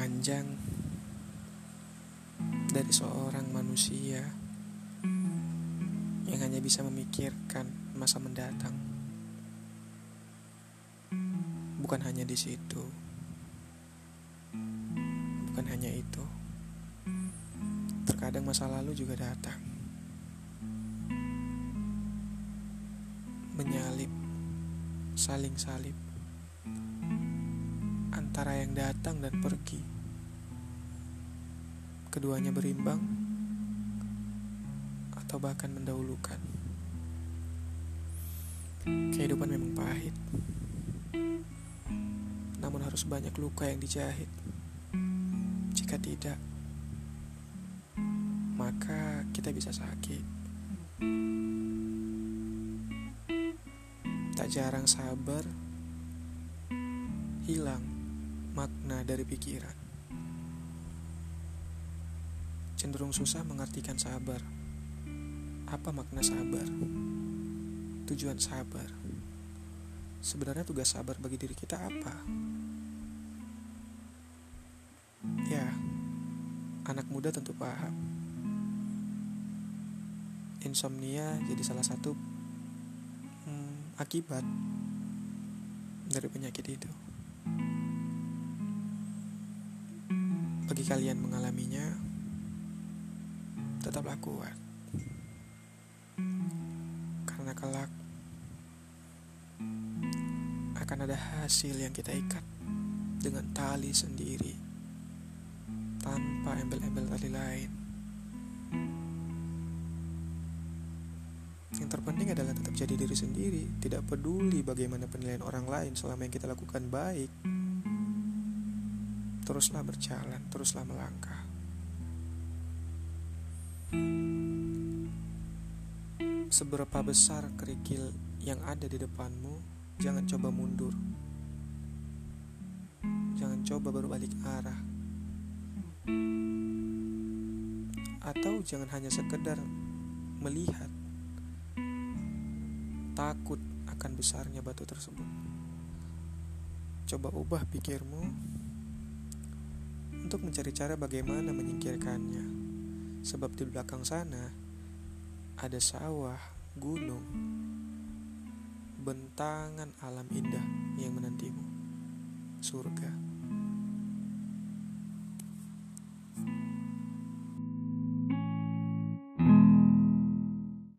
panjang dari seorang manusia yang hanya bisa memikirkan masa mendatang. Bukan hanya di situ, bukan hanya itu. Terkadang masa lalu juga datang, menyalip, saling salib antara yang datang dan pergi. Keduanya berimbang atau bahkan mendahulukan. Kehidupan memang pahit, namun harus banyak luka yang dijahit. Jika tidak, maka kita bisa sakit. Tak jarang sabar hilang makna dari pikiran. Cenderung susah mengartikan sabar. Apa makna sabar? Tujuan sabar. Sebenarnya tugas sabar bagi diri kita apa? Ya, anak muda tentu paham. Insomnia jadi salah satu akibat dari penyakit itu. Bagi kalian mengalaminya, tetaplah kuat. Karena kelak akan ada hasil yang kita ikat dengan tali sendiri, tanpa embel-embel tali lain. Yang terpenting adalah tetap jadi diri sendiri, tidak peduli bagaimana penilaian orang lain selama yang kita lakukan baik. Teruslah berjalan, teruslah melangkah. Seberapa besar kerikil yang ada di depanmu, jangan coba mundur. Jangan coba berbalik arah. Atau jangan hanya sekedar melihat, takut akan besarnya batu tersebut. Coba ubah pikirmu untuk mencari cara bagaimana menyingkirkannya. Sebab di belakang sana ada sawah, gunung, bentangan alam indah yang menantimu. Surga.